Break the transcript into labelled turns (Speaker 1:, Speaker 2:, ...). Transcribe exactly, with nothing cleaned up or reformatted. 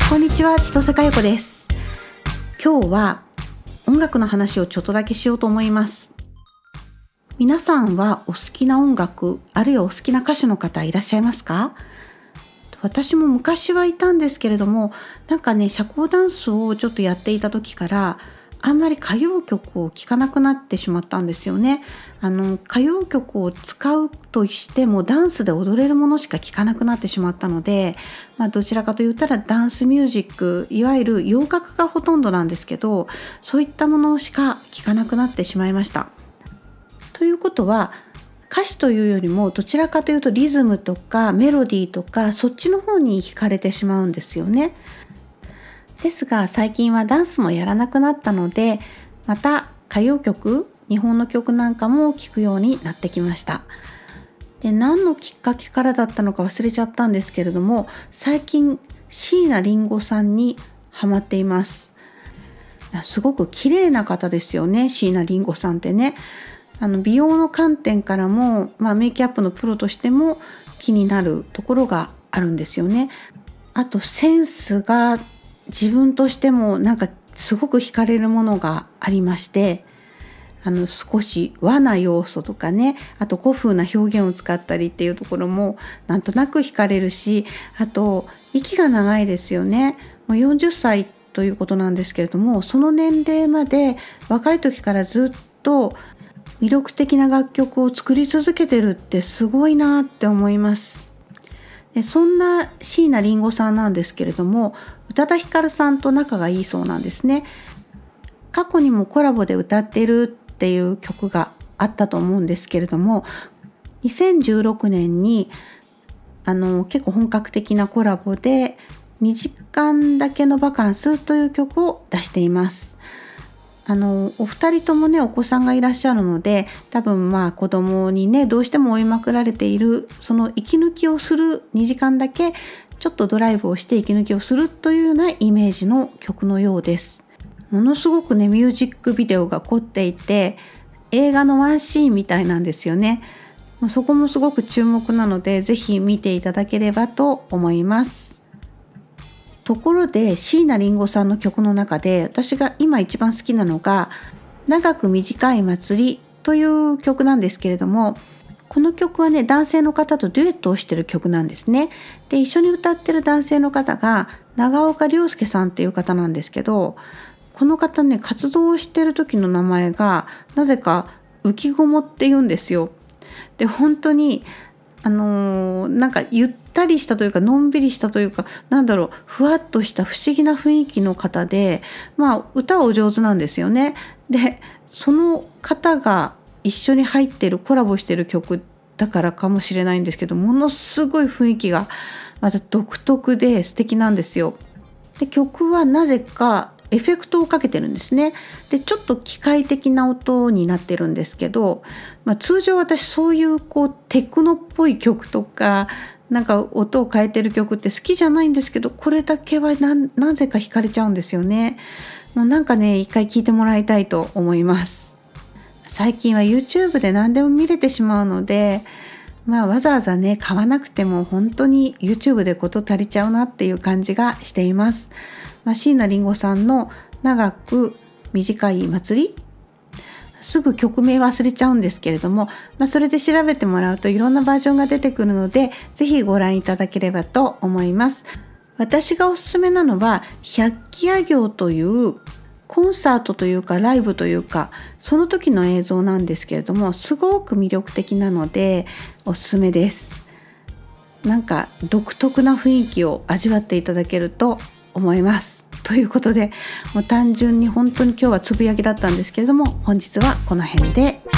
Speaker 1: こんにちは、千歳佳代子です。今日は音楽の話をちょっとだけしようと思います。皆さんはお好きな音楽、あるいはお好きな歌手の方いらっしゃいますか？私も昔はいたんですけれども、なんかね、社交ダンスをちょっとやっていた時からあんまり歌謡曲を聴かなくなってしまったんですよね。あの歌謡曲を使うとしてもダンスで踊れるものしか聴かなくなってしまったので、まあ、どちらかと言ったらダンスミュージック、いわゆる洋楽がほとんどなんですけど、そういったものしか聴かなくなってしまいました。ということは、歌詞というよりもどちらかというとリズムとかメロディーとかそっちの方に惹かれてしまうんですよね。ですが最近はダンスもやらなくなったので、また歌謡曲、日本の曲なんかも聴くようになってきました。で、何のきっかけからだったのか忘れちゃったんですけれども、最近椎名林檎さんにハマっています。すごく綺麗な方ですよね、椎名林檎さんってね。あの美容の観点からも、まあ、メイキャップのプロとしても気になるところがあるんですよね。あとセンスが自分としてもなんかすごく惹かれるものがありまして、あの少し和な要素とかね、あと古風な表現を使ったりっていうところもなんとなく惹かれるし、あと息が長いですよね。もうよんじゅっさいということなんですけれども、その年齢まで若い時からずっと魅力的な楽曲を作り続けてるってすごいなって思います。で、そんな椎名林檎さんなんですけれども、宇多田ヒカルさんと仲がいいそうなんですね。過去にもコラボで歌っているっていう曲があったと思うんですけれども、にせんじゅうろくねんにあの結構本格的なコラボでにじかんだけのバカンスという曲を出しています。あのお二人ともねお子さんがいらっしゃるので、多分まあ子供にねどうしても追いまくられている、その息抜きをするにじかんだけちょっとドライブをして息抜きをするというようなイメージの曲のようです。ものすごくねミュージックビデオが凝っていて、映画のワンシーンみたいなんですよね。そこもすごく注目なので、ぜひ見ていただければと思います。ところで椎名林檎さんの曲の中で私が今一番好きなのが長く短い祭りという曲なんですけれども、この曲はね男性の方とデュエットをしている曲なんですね。で、一緒に歌ってる男性の方が長岡亮介さんっていう方なんですけど、この方ね活動をしている時の名前がなぜか浮雲って言うんですよ。で、本当にあのー、なんかゆったりしたというかのんびりしたというか、なんだろう、ふわっとした不思議な雰囲気の方で、まあ歌お上手なんですよね。で、その方が一緒に入ってるコラボしてる曲だからかもしれないんですけど、ものすごい雰囲気がまた独特で素敵なんですよ。で、曲はなぜかエフェクトをかけてるんですね。で、ちょっと機械的な音になってるんですけど、まあ、通常私そういうこうテクノっぽい曲とかなんか音を変えてる曲って好きじゃないんですけど、これだけは な, なぜか惹かれちゃうんですよね。もうなんかね一回聴いてもらいたいと思います。最近は YouTube で何でも見れてしまうので、まあわざわざね買わなくても本当に YouTube でこと足りちゃうなっていう感じがしています。まあ、椎名林檎さんの長く短い祭り、すぐ曲名忘れちゃうんですけれども、まあ、それで調べてもらうといろんなバージョンが出てくるので、ぜひご覧いただければと思います。私がおすすめなのは百鬼夜行というコンサートというかライブというか、その時の映像なんですけれども、すごく魅力的なのでおすすめです。なんか独特な雰囲気を味わっていただけると思います。ということで、もう単純に本当に今日はつぶやきだったんですけれども、本日はこの辺で